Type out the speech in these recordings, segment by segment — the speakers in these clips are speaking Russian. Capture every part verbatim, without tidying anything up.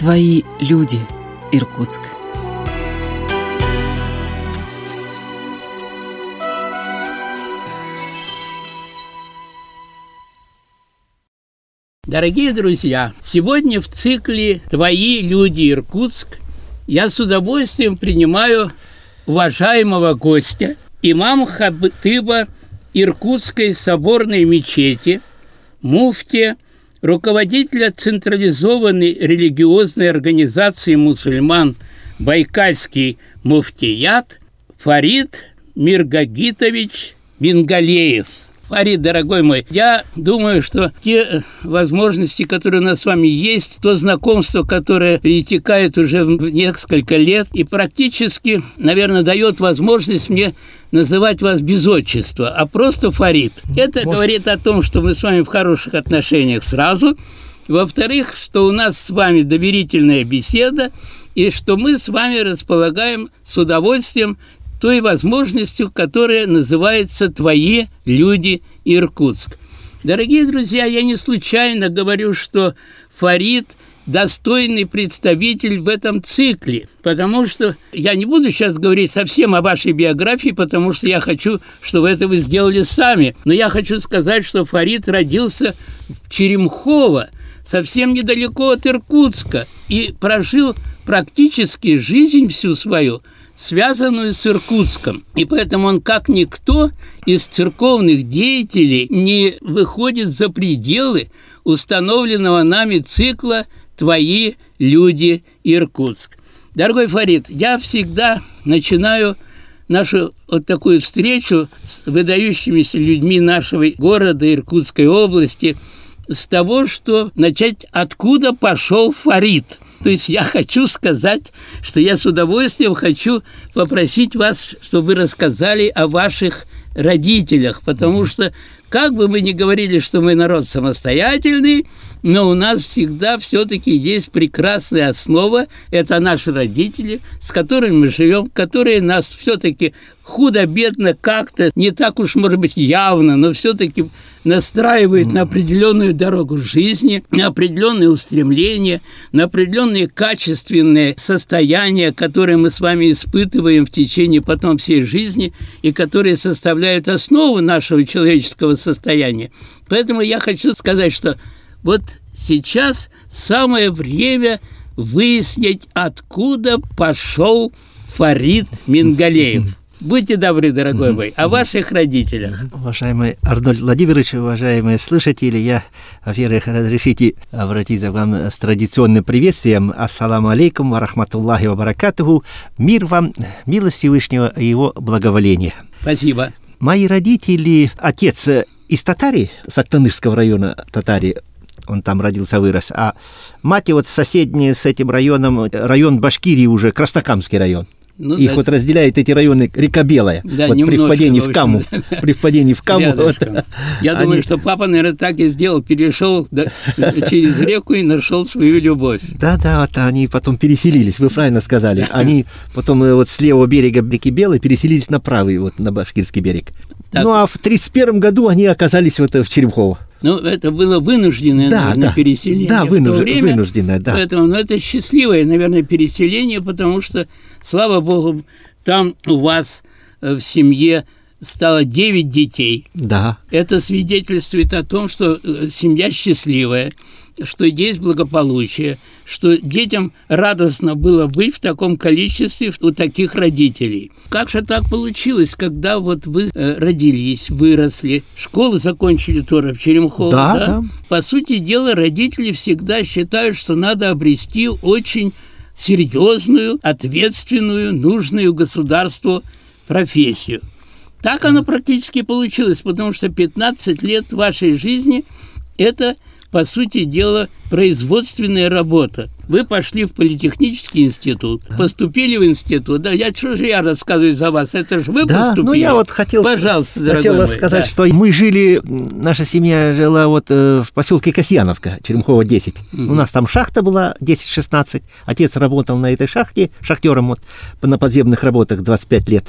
Твои люди, Иркутск. Дорогие друзья, сегодня в цикле «Твои люди, Иркутск» я с удовольствием принимаю уважаемого гостя, имам хатыба Иркутской соборной мечети, муфтия, руководителя централизованной религиозной организации мусульман «Байкальский муфтият» Фарид Миргагитович Бингалеев. Фарид, дорогой мой, я думаю, что те возможности, которые у нас с вами есть, то знакомство, которое перетекает уже в несколько лет и практически, наверное, дает возможность мне называть вас без отчества, а просто Фарид. Это Может... говорит о том, что мы с вами в хороших отношениях сразу. Во-вторых, что у нас с вами доверительная беседа и что мы с вами располагаем с удовольствием той возможностью, которая называется «Твои люди, Иркутск». Дорогие друзья, я не случайно говорю, что Фарид – достойный представитель в этом цикле, потому что я не буду сейчас говорить совсем о вашей биографии, потому что я хочу, чтобы это вы сделали сами. Но я хочу сказать, что Фарид родился в Черемхово, совсем недалеко от Иркутска, и прожил практически жизнь всю свою, связанную с Иркутском. И поэтому он, как никто из церковных деятелей, не выходит за пределы установленного нами цикла «Твои люди, Иркутск». Дорогой Фарид, я всегда начинаю нашу вот такую встречу с выдающимися людьми нашего города, Иркутской области, с того, что начать, откуда пошел Фарид. То есть я хочу сказать, что я с удовольствием хочу попросить вас, чтобы вы рассказали о ваших родителях, потому что, как бы мы ни говорили, что мы народ самостоятельный, но у нас всегда все-таки есть прекрасная основа, это наши родители, с которыми мы живем, которые нас все-таки худо-бедно как-то, не так уж, может быть, явно, но все-таки настраивают на определенную дорогу жизни, на определенные устремления, на определенные качественные состояния, которые мы с вами испытываем в течение потом всей жизни и которые составляют основу нашего человеческого состояния. Поэтому я хочу сказать, что вот сейчас самое время выяснить, откуда пошел Фарид Мингалеев. Будьте добры, дорогой мой, о ваших родителях. Уважаемый Арнольд Владимирович, уважаемые слушатели, я, во-первых, разрешите обратиться к вам с традиционным приветствием. Ассаламу алейкум ва рахматуллахи ва баракатуху. Мир вам, милость Всевышнего и его благоволения. Спасибо. Мои родители, отец из Татарии, с Актанышского района Татарии, он там родился, вырос, а мать вот соседняя с этим районом, район Башкирии уже, Краснокамский район. Ну, Их да. вот разделяют эти районы река Белая, да, вот при впадении в, в Каму. При впадении в Каму. Вот, Я они... думаю, что папа, наверное, так и сделал, перешел да, через реку и нашел свою любовь. Да-да, вот они потом переселились, вы правильно сказали. Они потом вот с левого берега реки Белой переселились на правый, вот на Башкирский берег. Так. Ну а в тридцать первом году они оказались вот в Черемхово. Ну, это было вынужденное, да, наверное, да. переселение да, в вынуж... то время. вынужденное, да. Поэтому, ну, это счастливое, наверное, переселение, потому что, слава Богу, там у вас в семье стало девять детей. Да. Это свидетельствует о том, что семья счастливая, что есть благополучие, что детям радостно было быть в таком количестве у таких родителей. Как же так получилось, когда вот вы э, родились, выросли, школу закончили тоже в Черемхово, да, да? Да. По сути дела, родители всегда считают, что надо обрести очень серьезную, ответственную, нужную государству профессию. Так оно практически получилось, потому что пятнадцать лет вашей жизни – это, по сути дела, производственная работа. Вы пошли в политехнический институт, да. поступили в институт. Да, я что же я рассказываю за вас? Это же вы да, поступили. Ну, я вот хотел Пожалуйста, хотел мой, сказать, да. что мы жили, наша семья жила вот в поселке Касьяновка, Черемхово десять. Угу. У нас там шахта была десять-шестнадцать. Отец работал на этой шахте, шахтером вот, на подземных работах двадцать пять лет.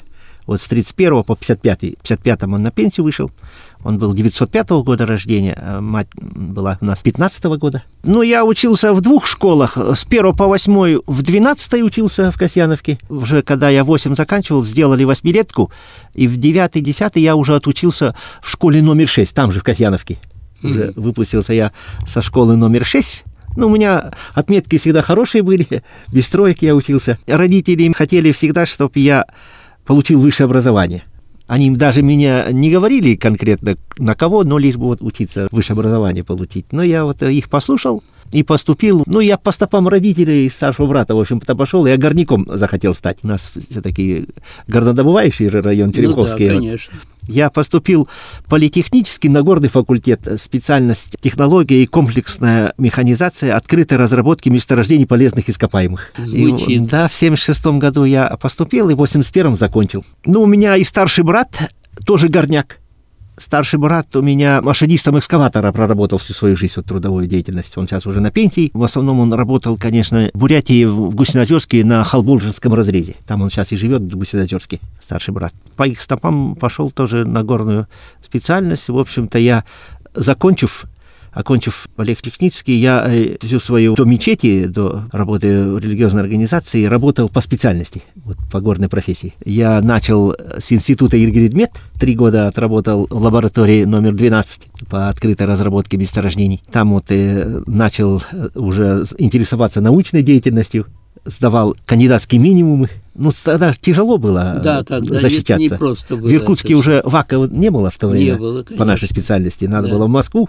Вот с тридцать первого по пятьдесят пятый. В пятьдесят пятом он на пенсию вышел. Он был девятьсот пятого года рождения, а мать была у нас пятнадцатого года. Ну, я учился в двух школах. С первого по восьмой в двенадцатой учился в Касьяновке. Уже когда я восемь заканчивал, сделали восьмилетку. И в девятый, десятый я уже отучился в школе номер шесть, там же, в Касьяновке. Mm-hmm. Уже выпустился я со школы номер шесть. Ну, у меня отметки всегда хорошие были. Без троек я учился. Родители хотели всегда, чтобы я получил высшее образование. Они даже меня не говорили конкретно на кого, но лишь бы вот учиться, высшее образование получить. Но я вот их послушал и поступил. Ну, я по стопам родителей старшего брата, в общем-то, пошел. Я горняком захотел стать. У нас все-таки горнодобывающий район Черемховский. Ну да, конечно. Я поступил в политехнический на горный факультет, специальность технология и комплексная механизация открытой разработки месторождений полезных ископаемых. Звучит. И, да, в семьдесят шестом году я поступил и в восемьдесят первом закончил. Ну, у меня и старший брат тоже горняк. Старший брат у меня машинистом экскаватора проработал всю свою жизнь, вот, трудовую деятельность. Он сейчас уже на пенсии. В основном он работал, конечно, в Бурятии, в Гусиноозерске на Халболжинском разрезе. Там он сейчас и живет, в Гусиноозерске, старший брат. По их стопам пошел тоже на горную специальность. В общем-то, я, закончив, окончив политехнический, я всю свою до мечети, до работы в религиозной организации работал по специальности, вот, по горной профессии. Я начал с института Иргиридмет, три года отработал в лаборатории номер двенадцать по открытой разработке месторождений. Там вот и начал уже интересоваться научной деятельностью, сдавал кандидатские минимумы. Ну, тогда тяжело было да, тогда защищаться. Не, не просто было. В Иркутске это... уже ВАКа не было в то время, не было, по нашей специальности. Надо да. было в Москву.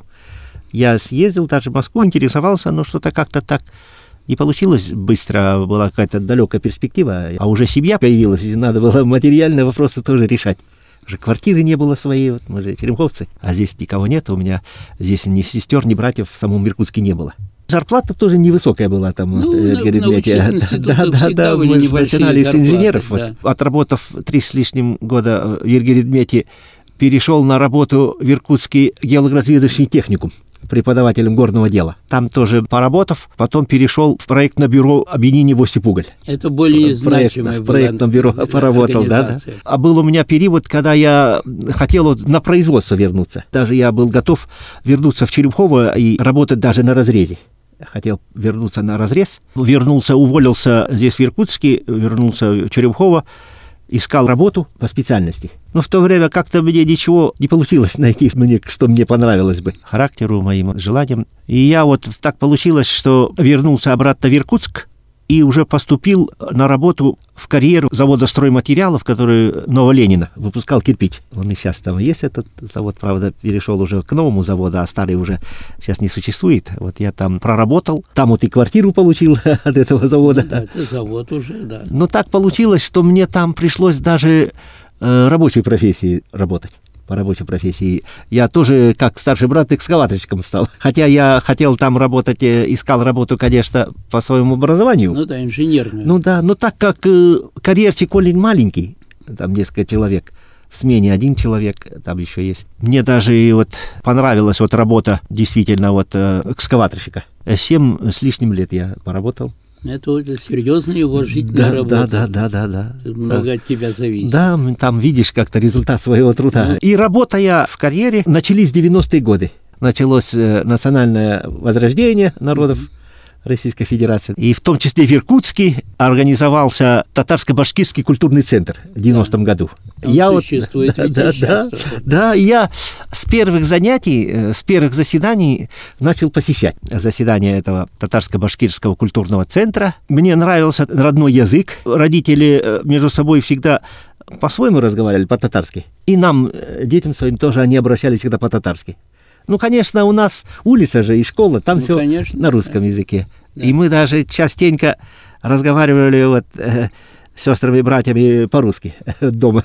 Я съездил даже в Москву, интересовался, но что-то как-то так не получилось быстро, была какая-то далекая перспектива, а уже семья появилась, и надо было материальные вопросы тоже решать. Уже квартиры не было своей, вот мы же черемховцы, а здесь никого нет, у меня здесь ни сестер, ни братьев в самом Иркутске не было. Зарплата тоже невысокая была там. Ну, вот, на, на да, да, да, мы начинали с инженеров. Да. Вот, отработав три с лишним года в Иргиридмете, перешел на работу в Иркутский геологоразведочный техникум преподавателем горного дела. Там тоже поработав, потом перешел в проектное бюро объединения «Восипуголь». Это более значимое. В проектном бюро поработал, да, да. А был у меня период, когда я хотел вот на производство вернуться. Даже я был готов вернуться в Черемхово и работать даже на разрезе. Хотел вернуться на разрез. Вернулся, уволился здесь в Иркутске, вернулся в Черемхово, искал работу по специальности. Но в то время как-то мне ничего не получилось найти, мне, что мне понравилось бы. Характеру, моим желаниям. И я вот так получилось, что вернулся обратно в Иркутск и уже поступил на работу в карьеру завода стройматериалов, который Новоленина выпускал кирпич. Он и сейчас там есть, этот завод, правда, перешел уже к новому заводу, а старый уже сейчас не существует. Вот я там проработал, там вот и квартиру получил от этого завода. Ну, да, это завод уже, да. Но так получилось, что мне там пришлось даже э, рабочей профессии работать. По рабочей профессии. Я тоже, как старший брат, экскаваторщиком стал. Хотя я хотел там работать, искал работу, конечно, по своему образованию. Ну да, инженерную. Ну да, но так как э, карьерчик очень маленький, там несколько человек, в смене один человек, там еще есть. Мне даже вот понравилась вот работа действительно вот э, экскаваторщика. Семь с лишним лет я поработал. Это очень серьезная и уважительная да, работа. Да, да, да, да, да. Много да. от тебя зависит. Да, там видишь как-то результат своего труда. Ну. И работая в карьере, начались девяностые годы. Началось э, национальное возрождение народов mm-hmm. Российской Федерации. И в том числе в Иркутске организовался татарско-башкирский культурный центр в девяностом да. году. Он я существует вот, да, да, да, да, я с первых занятий, с первых заседаний начал посещать заседания этого татарско-башкирского культурного центра. Мне нравился родной язык. Родители между собой всегда по-своему разговаривали, по-татарски. И нам, детям своим, тоже они обращались всегда по-татарски. Ну, конечно, у нас улица же и школа, там ну, все конечно, на русском да. языке. Да. И мы даже частенько разговаривали вот, э, с сестрами и братьями по-русски дома.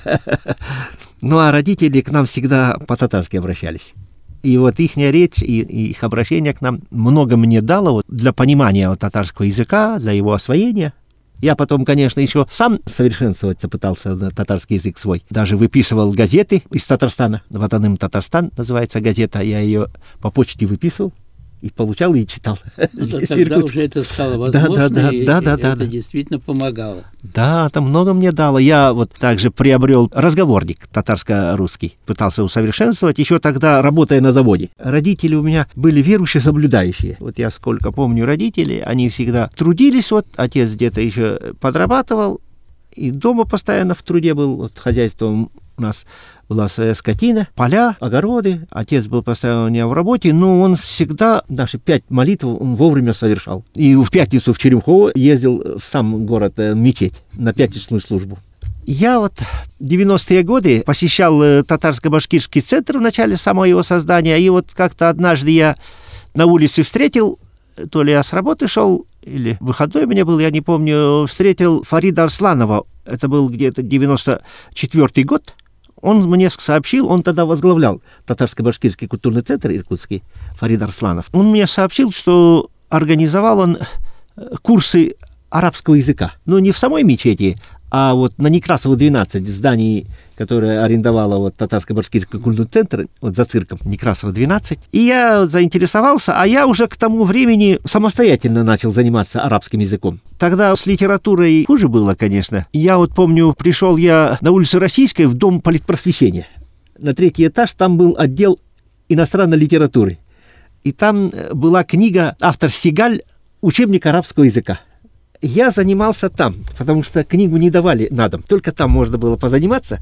Ну, а родители к нам всегда по-татарски обращались. И вот их речь и, и их обращение к нам много мне дало вот, для понимания вот, татарского языка, для его освоения. Я потом, конечно, еще сам совершенствоваться пытался на татарский язык свой. Даже выписывал газеты из Татарстана. «Ватаным Татарстан» называется газета. Я ее по почте выписывал. И получал, и читал. Ну, да, тогда уже это стало возможно, да, да, да, и да, да, это да. действительно помогало. Да, это много мне дало. Я вот также приобрел разговорник татарско-русский, пытался усовершенствовать, еще тогда работая на заводе. Родители у меня были верующие, соблюдающие. Вот я сколько помню родителей, они всегда трудились, вот отец где-то еще подрабатывал, и дома постоянно в труде был, вот хозяйством у нас была своя скотина, поля, огороды. Отец был постоянно у меня в работе, но он всегда наши пять молитв он вовремя совершал. И в пятницу в Черемхово ездил в сам город, в мечеть, на пятничную службу. Я вот в девяностые годы посещал татарско-башкирский центр в начале самого его создания, и вот как-то однажды я на улице встретил, то ли я с работы шел, или выходной у меня был, я не помню, встретил Фарида Арсланова. Это был где-то девяносто четвёртый год. Он мне сообщил, он тогда возглавлял Татарско-башкирский культурный центр иркутский, Фарид Арсланов. Он мне сообщил, что организовал он курсы арабского языка. Но не в самой мечети, а вот на Некрасова двенадцать, здании, которое арендовало вот Татарско-башкирский культурный центр, вот за цирком Некрасова двенадцать. И я заинтересовался, а я уже к тому времени самостоятельно начал заниматься арабским языком. Тогда с литературой хуже было, конечно. Я вот помню, пришел я на улицу Российской в дом политпросвещения. На третий этаж там был отдел иностранной литературы. И там была книга «Автор Сигаль. Учебник арабского языка». Я занимался там, потому что книгу не давали на дом. Только там можно было позаниматься.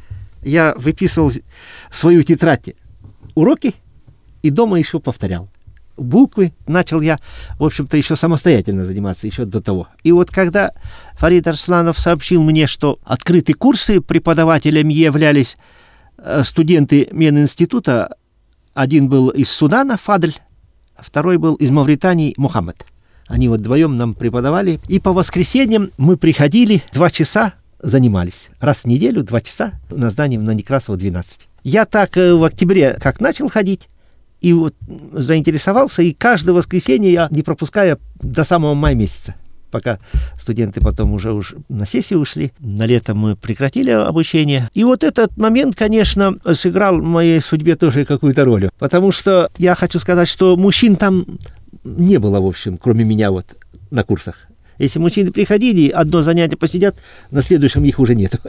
Я выписывал в свою тетрадь уроки и дома еще повторял. Буквы начал я, в общем-то, еще самостоятельно заниматься, еще до того. И вот когда Фарид Арсланов сообщил мне, что открыты курсы, преподавателями являлись студенты Мединститута. Один был из Судана, Фадль, а второй был из Мавритании, Мухаммад. Они вот вдвоем нам преподавали. И по воскресеньям мы приходили, два часа занимались. Раз в неделю, два часа на здании на Некрасова двенадцать. Я так в октябре как начал ходить, и вот заинтересовался, и каждое воскресенье я не пропускаю до самого мая месяца, пока студенты потом уже уж на сессию ушли. На лето мы прекратили обучение. И вот этот момент, конечно, сыграл в моей судьбе тоже какую-то роль. Потому что я хочу сказать, что мужчин там не было, в общем, кроме меня вот на курсах. Если мужчины приходили, одно занятие посидят, на следующем их уже нет.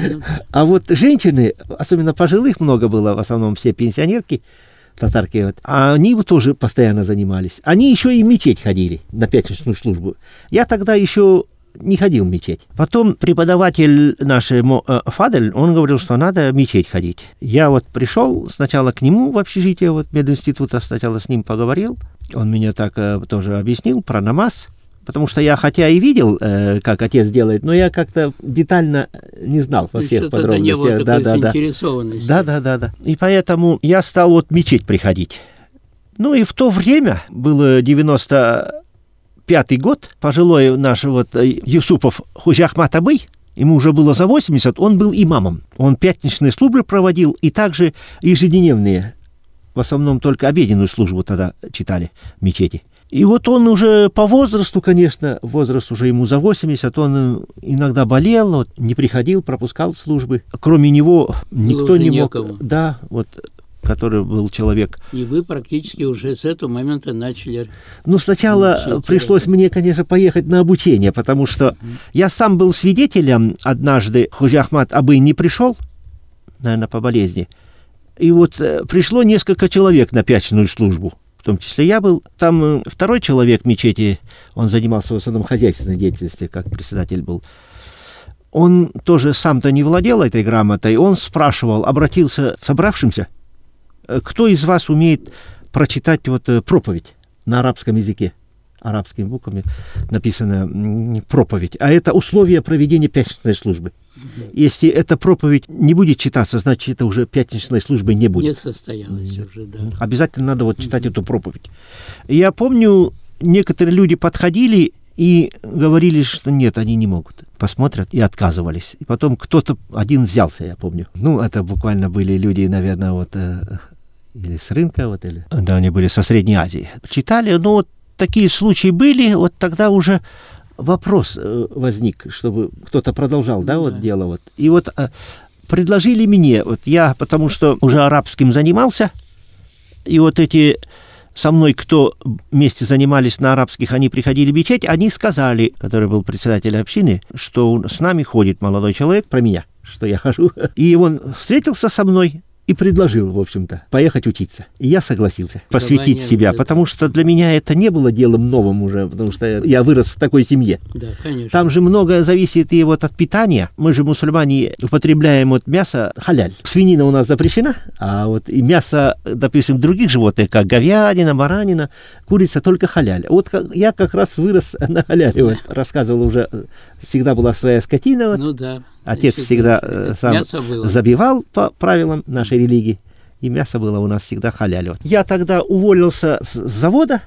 А вот женщины, особенно пожилых много было, в основном все пенсионерки, татарки, вот, а они тоже постоянно занимались. Они еще и в мечеть ходили на пятничную службу. Я тогда еще не ходил в мечеть. Потом преподаватель наш Фадель, он говорил, что надо в мечеть ходить. Я вот пришел сначала к нему в общежитие вот, мединститута, сначала с ним поговорил. Он мне так э, тоже объяснил про намаз. Потому что я, хотя и видел, э, как отец делает, но я как-то детально не знал во всех подробностях. Не было такой да, заинтересованности. Да, да, да, да. И поэтому я стал вот в мечеть приходить. Ну и в то время, было девяносто пятый год, пожилой наш вот Юсупов Хузяхмат Абый, ему уже было за восемьдесят, он был имамом. Он пятничные службы проводил и также ежедневные. В основном только обеденную службу тогда читали в мечети. И вот он уже по возрасту, конечно, возраст уже ему за восемьдесят, он иногда болел, вот, не приходил, пропускал службы. Кроме него никто не мог. Некому. Да, вот, который был человек. И вы практически уже с этого момента начали. Ну, сначала учить, пришлось это. мне, конечно, поехать на обучение, потому что угу. я сам был свидетелем. Однажды Хузяхмат Абый не пришел, наверное, по болезни. И вот э, пришло несколько человек на пятничную службу. В том числе я был. Там второй человек в мечети, он занимался в основном хозяйственной деятельностью, как председатель был. Он тоже сам-то не владел этой грамотой. Он спрашивал, обратился к собравшимся, кто из вас умеет прочитать вот проповедь на арабском языке. Арабскими буквами написано проповедь. А это условие проведения пятничной службы. Если эта проповедь не будет читаться, значит, это уже пятничной службы не будет. Не состоялось уже, да. Обязательно надо вот читать mm-hmm. эту проповедь. Я помню, некоторые люди подходили и говорили, что нет, они не могут. Посмотрят и отказывались. И потом кто-то один взялся, я помню. Ну, это буквально были люди, наверное, вот э, или с рынка, вот, или... Да, они были со Средней Азии. Читали, но вот такие случаи были, вот тогда уже вопрос возник, чтобы кто-то продолжал, да, вот да. дело вот. И вот предложили мне, вот я, потому что уже арабским занимался, и вот эти со мной, кто вместе занимались на арабских, они приходили в мечеть, они сказали, который был председатель общины, что с нами ходит молодой человек, про меня, что я хожу. И он встретился со мной и предложил, в общем-то, поехать учиться. И я согласился посвятить Желание себя, это... потому что для меня это не было делом новым уже, потому что я вырос в такой семье. Да, конечно. Там же многое зависит и вот от питания. Мы же, мусульмане, употребляем вот мясо халяль. Свинина у нас запрещена, а вот и мясо, допустим, других животных, как говядина, баранина, курица, только халяль. Вот я как раз вырос на халяле. Вот, рассказывал уже, всегда была своя скотина. Вот. Ну да. Отец Значит, всегда э, сам забивал по правилам нашей религии, и мясо было у нас всегда халяль. Я тогда уволился с завода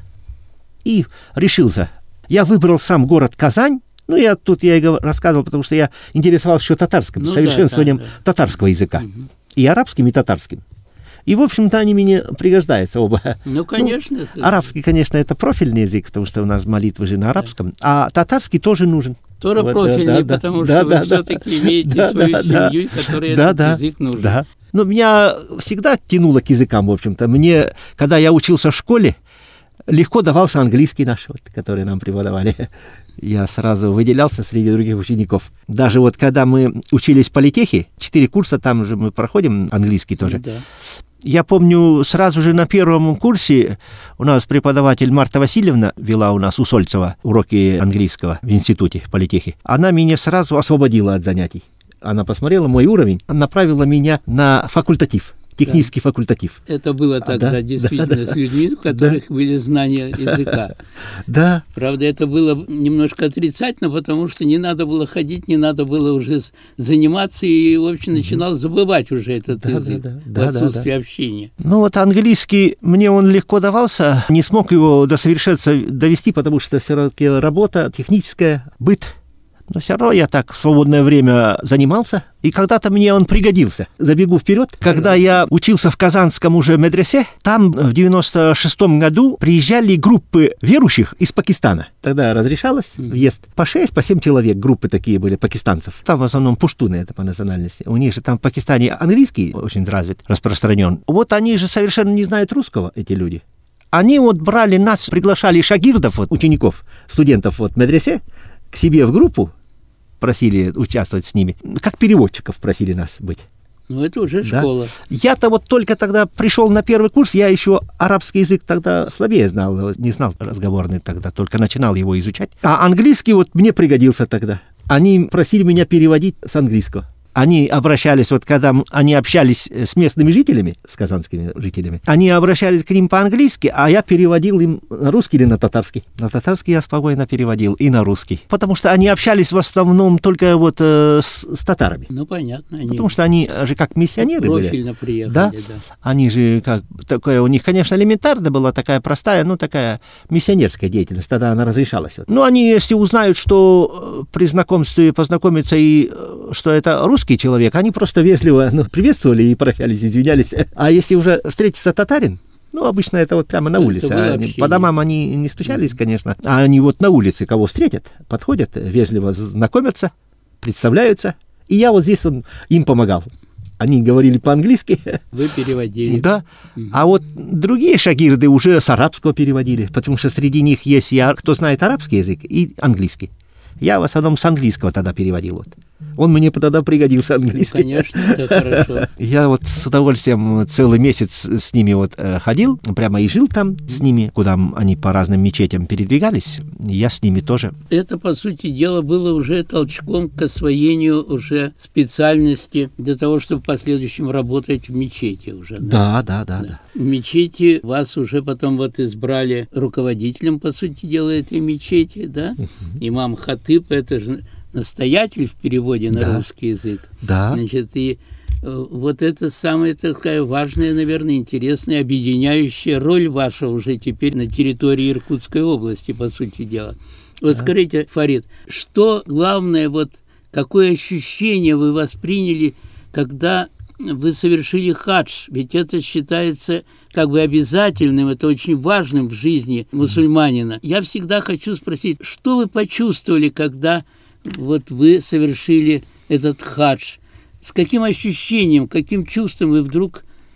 и решился. Я выбрал сам город Казань. Ну, я тут я и рассказывал, потому что я интересовался еще татарским, ну, совершенствованием да, да, да. татарского языка. Угу. И арабским, и татарским. И, в общем-то, они мне пригождаются оба. Ну, конечно. Ну, арабский, конечно, это профильный язык, потому что у нас молитвы же на арабском, да. а татарский тоже нужен. Тоже вот, профильный, да, потому да, что да, вы да, все-таки да, имеете да, свою да, семью, да, которой да, этот да, язык нужен. Да. Но меня всегда тянуло к языкам, в общем-то. Мне, когда я учился в школе, легко давался английский наш, вот, который нам преподавали. Я сразу выделялся среди других учеников. Даже вот когда мы учились в политехе, четыре курса, там же мы проходим английский тоже. Да. Я помню, сразу же на первом курсе у нас преподаватель Марта Васильевна вела у нас у Сольцева уроки английского в институте политехи. Она меня сразу освободила от занятий. Она посмотрела мой уровень, направила меня на факультатив. Технический да. факультатив. Это было тогда да, действительно да, с людьми, у которых да. были знания языка. Да. Правда, это было немножко отрицательно, потому что не надо было ходить, не надо было уже заниматься, и, в общем, начинал забывать уже этот да, язык да, да, в отсутствии да, да. общения. Ну вот английский, мне он легко давался, не смог его до совершенства довести, потому что все-таки работа техническая, быт. Но все равно я так в свободное время занимался, и когда-то мне он пригодился. Забегу вперед. Когда я учился в Казанском уже медресе, там в девяносто шестом году приезжали группы верующих из Пакистана. Тогда разрешалось въезд. По шесть, по семь человек группы такие были пакистанцев. Там в основном пуштуны, это по национальности. У них же там в Пакистане английский очень развит, распространен. Вот они же совершенно не знают русского, эти люди. Они вот брали нас, приглашали шагирдов, вот, учеников, студентов вот, в медресе, к себе в группу, просили участвовать с ними, как переводчиков просили нас быть. Ну, это уже да? школа. Я-то вот только тогда пришел на первый курс, я еще арабский язык тогда слабее знал, не знал разговорный тогда, только начинал его изучать. А английский вот мне пригодился тогда. Они просили меня переводить с английского. Они обращались, вот когда они общались с местными жителями, с казанскими жителями, они обращались к ним по-английски, а я переводил им на русский или на татарский. На татарский я спокойно переводил и на русский. Потому что они общались в основном только вот э, с, с татарами. Ну, понятно. Они... Потому что они же как миссионеры были. Профильно приехали, да? да. Они же как такое, у них, конечно, элементарно была такая простая, ну, такая миссионерская деятельность, тогда она разрешалась. Но они, если узнают, что при знакомстве познакомиться и что это русский человек, они просто вежливо ну, приветствовали и прощались, извинялись. А если уже встретится татарин, ну, обычно это вот прямо на улице. Они, по домам они не стучались, конечно, а они вот на улице кого встретят, подходят, вежливо знакомятся, представляются. И я вот здесь он, им помогал. Они говорили по-английски. Вы переводили. Да. Угу. А вот другие шагирды уже с арабского переводили, потому что среди них есть и кто знает арабский язык и английский. Я в основном с английского тогда переводил. Вот. Он мне тогда пригодился английский. Ну, конечно, это хорошо. Я вот с удовольствием целый месяц с ними вот ходил, прямо и жил там с ними, куда они по разным мечетям передвигались. Я с ними тоже. Это, по сути дела, было уже толчком к освоению уже специальности для того, чтобы в последующем работать в мечети уже. Да, да, да. да, да. В мечети вас уже потом вот избрали руководителем, по сути дела, этой мечети, да? Угу. Имам Хатыб, это же настоятель в переводе на да. русский язык. Да. Значит, и э, вот это самая такая важная, наверное, интересная, объединяющая роль ваша уже теперь на территории Иркутской области, по сути дела. Вот да. скажите, Фарид, что главное, вот какое ощущение вы восприняли, когда вы совершили хадж? Ведь это считается как бы обязательным, это очень важным в жизни мусульманина. Я всегда хочу спросить, что вы почувствовали, когда вот вы совершили этот хадж? С каким ощущением, каким чувством вы вдруг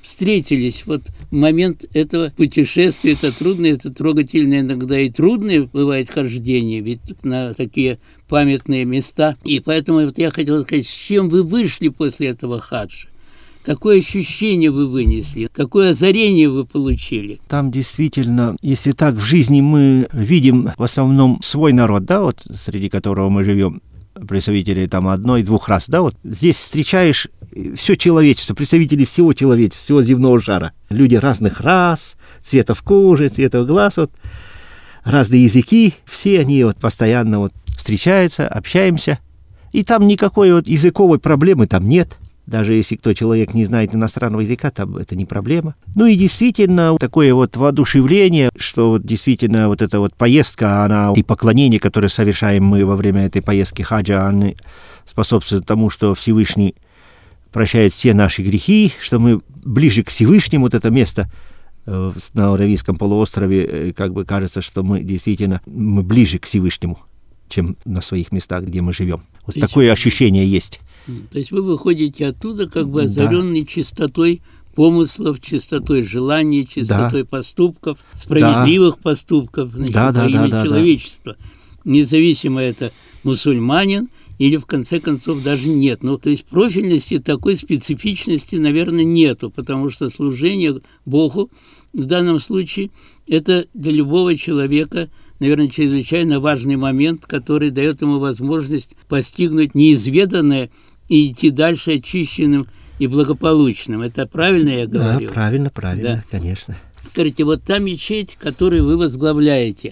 встретились вот в момент этого путешествия. Это трудное, это трогательное, иногда и трудное бывает хождение, ведь на такие памятные места. И поэтому вот я хотел сказать, с чем вы вышли после этого хаджа? Какое ощущение вы вынесли? Какое озарение вы получили? Там действительно, если так в жизни мы видим в основном свой народ, да, вот среди которого мы живем, представители там одной-двух рас, да, вот здесь встречаешь все человечество, представители всего человечества, всего земного шара. Люди разных рас, цветов кожи, цветов глаз, вот, разные языки, все они вот постоянно вот встречаются, общаемся. И там никакой вот языковой проблемы там нет. Даже если кто человек не знает иностранного языка, там это не проблема. Ну и действительно такое вот воодушевление, что вот действительно вот эта вот поездка, она и поклонение, которое совершаем мы во время этой поездки хаджа, они способствуют тому, что Всевышний прощает все наши грехи, что мы ближе к Всевышнему. Вот это место на Аравийском полуострове, как бы кажется, что мы действительно мы ближе к Всевышнему, чем на своих местах, где мы живем. Вот есть, такое ощущение есть. То есть вы выходите оттуда как бы озаренный, да, чистотой помыслов, чистотой желаний, чистотой, да, поступков, справедливых, да, поступков, значит, да, во да, имя да, человечества. Да. Независимо это мусульманин или, в конце концов, даже нет. Ну, то есть профильности, такой специфичности, наверное, нету, потому что служение Богу в данном случае это для любого человека, наверное, чрезвычайно важный момент, который дает ему возможность постигнуть неизведанное и идти дальше очищенным и благополучным. Это правильно я говорю? Да, правильно, правильно, да, конечно. Скажите, вот та мечеть, которую вы возглавляете,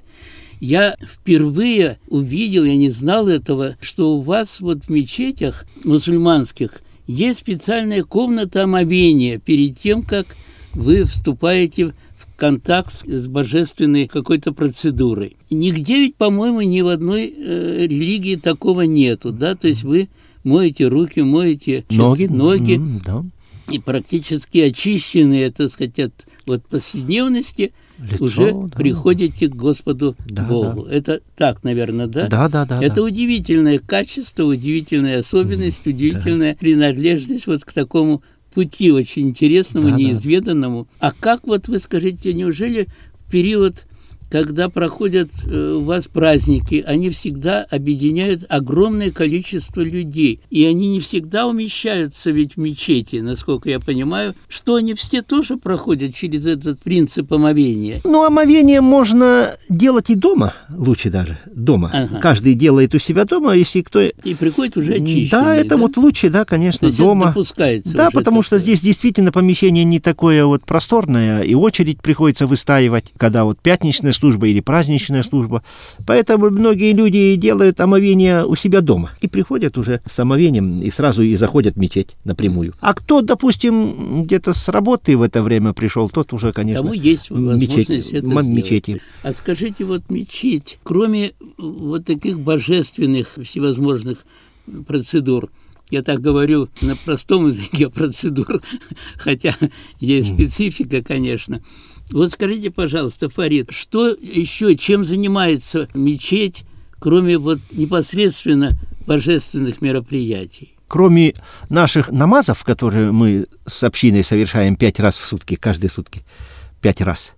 я впервые увидел, я не знал этого, что у вас вот в мечетях мусульманских есть специальная комната омовения перед тем, как вы вступаете в контакт с божественной какой-то процедурой. Нигде ведь, по-моему, ни в одной э, религии такого нету, да, то есть вы моете руки, моете ноги, ноги mm, да. И практически очищенные, так сказать, от вот повседневности, лицо, уже да, приходите к Господу, да, Богу. Да. Это так, наверное, да? Да, да, да. Это да. удивительное качество, удивительная особенность, mm, удивительная да. принадлежность вот к такому пути очень интересному, да, неизведанному. Да. А как вот вы скажите, неужели в период, когда проходят э, у вас праздники, они всегда объединяют огромное количество людей, и они не всегда умещаются ведь в мечети, насколько я понимаю, что они все тоже проходят через этот принцип омовения? Ну, омовение можно делать и дома, лучше даже, дома. Ага. Каждый делает у себя дома, если кто... И приходит уже очищенный, да? Это да? вот лучше, да, конечно, то есть дома. Это допускается. Да, потому что здесь действительно помещение не такое вот просторное, и очередь приходится выстаивать, когда вот пятничная служба или праздничная служба. Поэтому многие люди делают омовение у себя дома и приходят уже с омовением и сразу и заходят в мечеть напрямую. А кто, допустим, где-то с работы в это время пришел, тот уже, конечно, тому есть возможность мечеть, это сделать. Мечети. А скажите, вот мечеть, кроме вот таких божественных всевозможных процедур, я так говорю на простом языке процедур, хотя есть специфика, конечно. Вот скажите, пожалуйста, Фарид, что еще, чем занимается мечеть, кроме вот непосредственно божественных мероприятий? Кроме наших намазов, которые мы с общиной совершаем пять раз в сутки, каждые сутки, пять раз.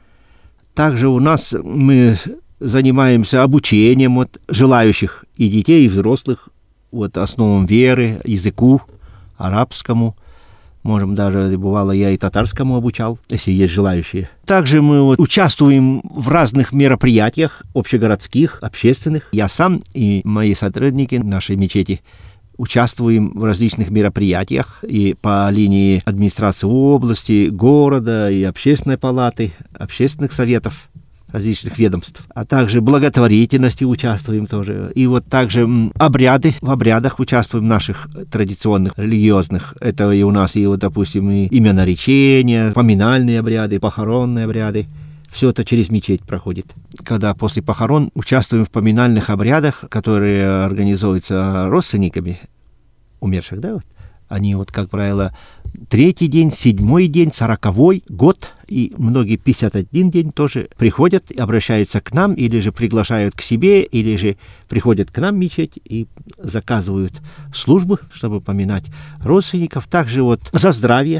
Также у нас мы занимаемся обучением вот, желающих и детей, и взрослых, вот, основам веры, языку, арабскому. Можем даже, бывало, я и татарскому обучал, если есть желающие. Также мы вот участвуем в разных мероприятиях общегородских, общественных. Я сам и мои сотрудники нашей мечети участвуем в различных мероприятиях и по линии администрации области, города, и общественной палаты, общественных советов различных ведомств, а также благотворительности участвуем тоже. И вот также обряды, в обрядах участвуем наших традиционных, религиозных. Это и у нас, и вот, допустим, и именоречения, поминальные обряды, похоронные обряды. Все это через мечеть проходит. Когда после похорон участвуем в поминальных обрядах, которые организуются родственниками умерших, да, вот. Они вот, как правило, третий день, седьмой день, сороковой год и многие пятьдесят один день тоже приходят и обращаются к нам, или же приглашают к себе, или же приходят к нам в мечеть и заказывают службу, чтобы поминать родственников. Также вот за здравие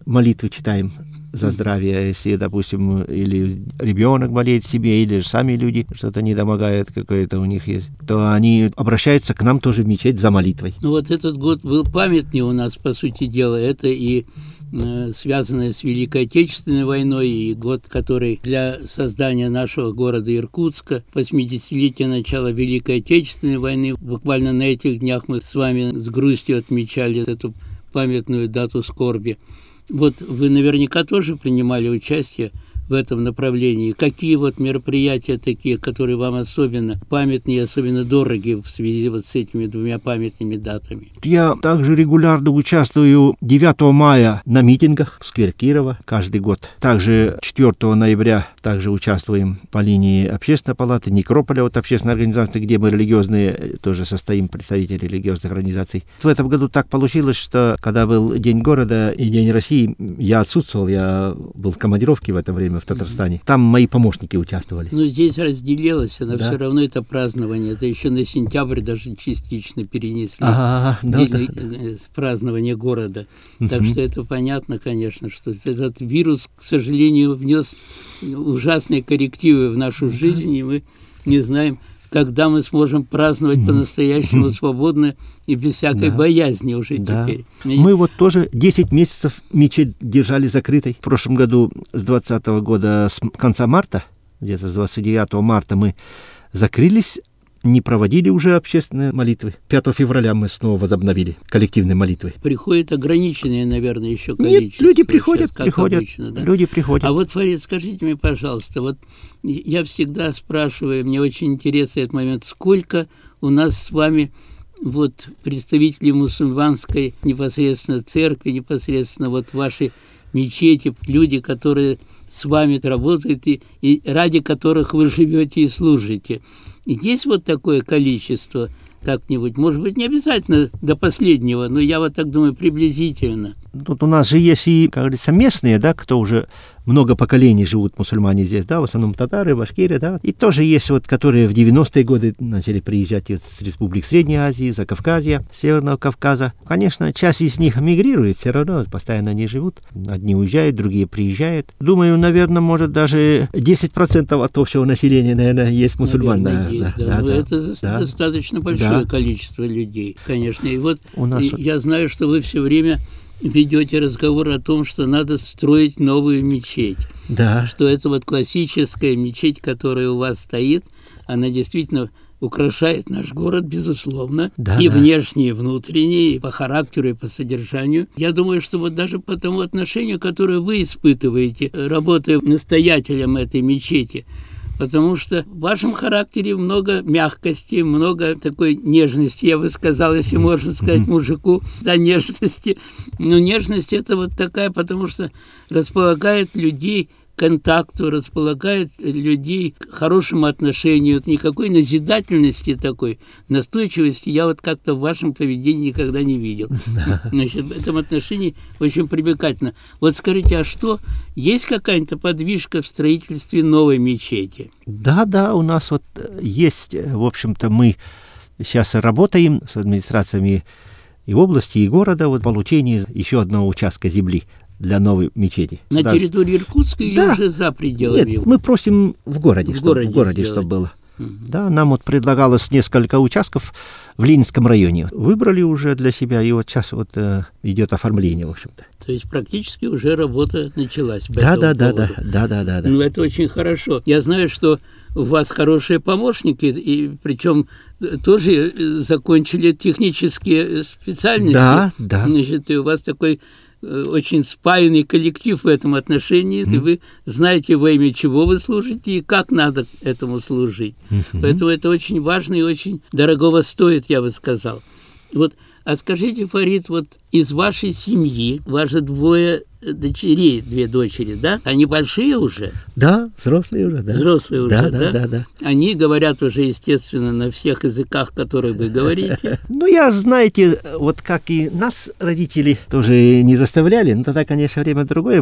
молитвы читаем за здравие, если, допустим, или ребенок болеет себе, или сами люди что-то недомогает, какое-то у них есть, то они обращаются к нам тоже в мечеть за молитвой. Ну вот этот год был памятный у нас, по сути дела, это и э, связанное с Великой Отечественной войной, и год, который для создания нашего города Иркутска, восьмидесятилетия начала Великой Отечественной войны. Буквально на этих днях мы с вами с грустью отмечали эту памятную дату скорби. Вот вы наверняка тоже принимали участие в этом направлении. Какие вот мероприятия такие, которые вам особенно памятны и особенно дороги в связи вот с этими двумя памятными датами? Я также регулярно участвую девятого мая на митингах в сквере Кирова каждый год. Также четвёртого ноября также участвуем по линии Общественной палаты, Некрополя, вот общественной организации, где мы религиозные, тоже состоим представители религиозных организаций. В этом году так получилось, что когда был День города и День России, я отсутствовал, я был в командировке в это время в Татарстане. Там мои помощники участвовали. Но здесь разделилось, но да. все равно это празднование. Это еще на сентябрь даже частично перенесли. А, да, день, да, да. празднование города. Так что это понятно, конечно, что этот вирус, к сожалению, внес ужасные коррективы в нашу жизнь, и мы не знаем, когда мы сможем праздновать по-настоящему свободно и без всякой да. боязни уже да. теперь. Мы вот тоже десять месяцев мечеть держали закрытой. В прошлом году с двадцатого года, с конца марта, где-то с двадцать девятого марта мы закрылись, не проводили уже общественные молитвы. пятого февраля мы снова возобновили коллективные молитвы. Приходит ограниченное, наверное, еще количество. Нет, люди приходят, сейчас, приходят, обычно, да? люди приходят. А вот, Фарид, скажите мне, пожалуйста, вот я всегда спрашиваю, мне очень интересен этот момент, сколько у нас с вами вот представителей мусульманской непосредственно церкви, непосредственно вот вашей мечети, люди, которые с вами работают и, и ради которых вы живете и служите. Есть вот такое количество как-нибудь? Может быть, не обязательно до последнего, но я вот так думаю, приблизительно. Тут у нас же есть и, как говорится, местные, да, кто уже много поколений живут, мусульмане здесь, да, в основном татары, башкиры, да, и тоже есть вот, которые в девяностые годы начали приезжать из республик Средней Азии, Закавказья, Северного Кавказа. Конечно, часть из них мигрирует, все равно постоянно не живут. Одни уезжают, другие приезжают. Думаю, наверное, может даже десять процентов от общего населения, наверное, есть мусульман. Наверное, да, есть, да, да. да, Но да, это да, достаточно большое да. количество людей, конечно. И вот у нас... я знаю, что вы все время ведете разговор о том, что надо строить новую мечеть. Да. Что это вот классическая мечеть, которая у вас стоит, она действительно украшает наш город, безусловно, да, и да. внешне, и внутренне, и по характеру, и по содержанию. Я думаю, что вот даже по тому отношению, которое вы испытываете, работая настоятелем этой мечети, потому что в вашем характере много мягкости, много такой нежности, я бы сказал, если можно сказать мужику, да, нежности. Но нежность это вот такая, потому что располагает людей к контакту, располагает людей к хорошему отношению. Никакой назидательности такой, настойчивости я вот как-то в вашем поведении никогда не видел. Значит, в этом отношении очень привлекательно. Вот скажите, а что, есть какая-то подвижка в строительстве новой мечети? Да, да, у нас вот есть, в общем-то, мы сейчас работаем с администрациями и области, и города вот, в получении еще одного участка земли для новой мечети. На территории Иркутска или да. уже за пределами? Нет, мы просим в городе, в чтобы, городе, в городе чтобы было. Угу. Да, нам вот предлагалось несколько участков в Ленинском районе. Выбрали уже для себя, и вот сейчас вот э, идет оформление, в общем-то. То есть практически уже работа началась по да, этому да, да, поводу. да, да, да, да. Ну, это очень хорошо. Я знаю, что у вас хорошие помощники, и причем тоже закончили технические специальности. Да, да. Значит, и у вас такой очень спаянный коллектив в этом отношении, mm. и вы знаете, во имя чего вы служите и как надо этому служить. Mm-hmm. Поэтому это очень важно и очень дорогого стоит, я бы сказал. Вот, а скажите, Фарид, вот из вашей семьи, ваши двое дочерей, две дочери, да? Они большие уже? Да, взрослые уже, да. Взрослые да, уже, да? Да, да, да. Они говорят уже, естественно, на всех языках, которые вы говорите. Ну, я, знаете, вот как и нас родители тоже не заставляли, но тогда, конечно, время другое было.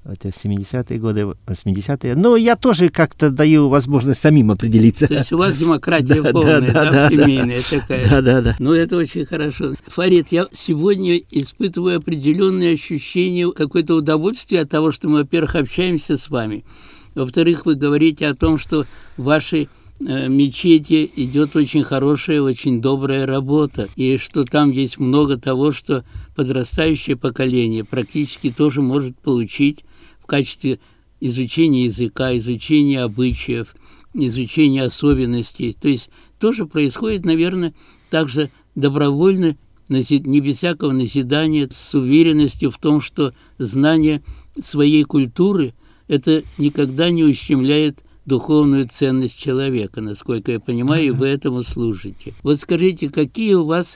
это семидесятые годы, восьмидесятые. Но я тоже как-то даю возможность самим определиться. То есть у вас демократия полная, да, семейная такая. Да, да, да. Ну, это очень хорошо. Фарид, я сегодня испытываю определенные ощущения, какое-то удовольствие от того, что мы, во-первых, общаемся с вами. Во-вторых, вы говорите о том, что в вашей э, мечети идет очень хорошая, очень добрая работа, и что там есть много того, что подрастающее поколение практически тоже может получить в качестве изучения языка, изучения обычаев, изучения особенностей. То есть тоже происходит, наверное, также добровольно, не без всякого назидания, с уверенностью в том, что знание своей культуры – это никогда не ущемляет духовную ценность человека, насколько я понимаю, и вы этому служите. Вот скажите, какие у вас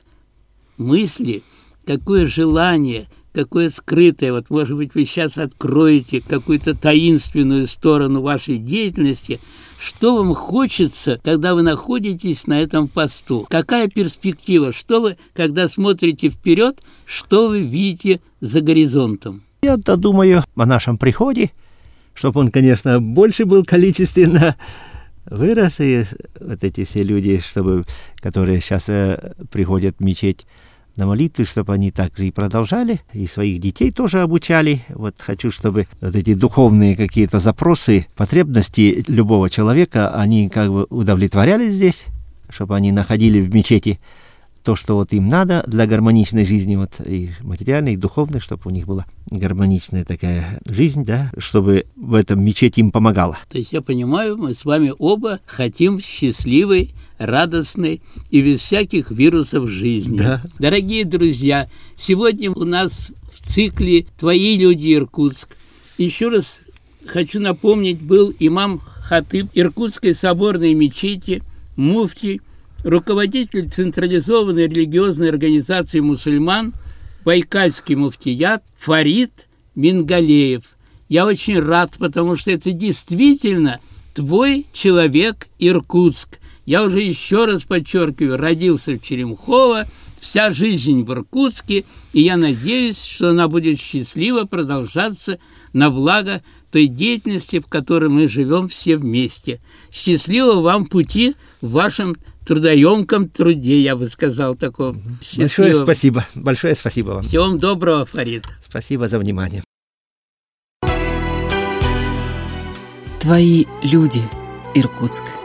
мысли, какое желание, какое скрытое, вот, может быть, вы сейчас откроете какую-то таинственную сторону вашей деятельности, что вам хочется, когда вы находитесь на этом посту? Какая перспектива? Что вы, когда смотрите вперед, что вы видите за горизонтом? Я-то думаю о нашем приходе, чтобы он, конечно, больше был количественно вырос, и вот эти все люди, чтобы, которые сейчас э, приходят в мечеть на молитвы, чтобы они так же и продолжали, и своих детей тоже обучали. Вот хочу, чтобы вот эти духовные какие-то запросы, потребности любого человека, они как бы удовлетворялись здесь, чтобы они находили в мечети то, что вот им надо для гармоничной жизни, вот и материальной, и духовной, чтобы у них была гармоничная такая жизнь, да, чтобы в этом мечеть им помогала. То есть я понимаю, мы с вами оба хотим счастливой, радостной и без всяких вирусов жизни. Да. Дорогие друзья, сегодня у нас в цикле «Твои люди, Иркутск». Еще раз хочу напомнить, был имам-хатыб Иркутской соборной мечети, муфтий, руководитель централизованной религиозной организации мусульман Байкальский муфтият Фарид Мингалеев. Я очень рад, потому что это действительно твой человек Иркутск. Я уже еще раз подчеркиваю, родился в Черемхово, вся жизнь в Иркутске, и я надеюсь, что она будет счастливо продолжаться на благо той деятельности, в которой мы живем все вместе. Счастливого вам пути в вашем трудоемком труде, я бы сказал, таком. Большое спасибо. Большое спасибо вам. Всего вам доброго, Фарид. Спасибо за внимание. Твои люди, Иркутск.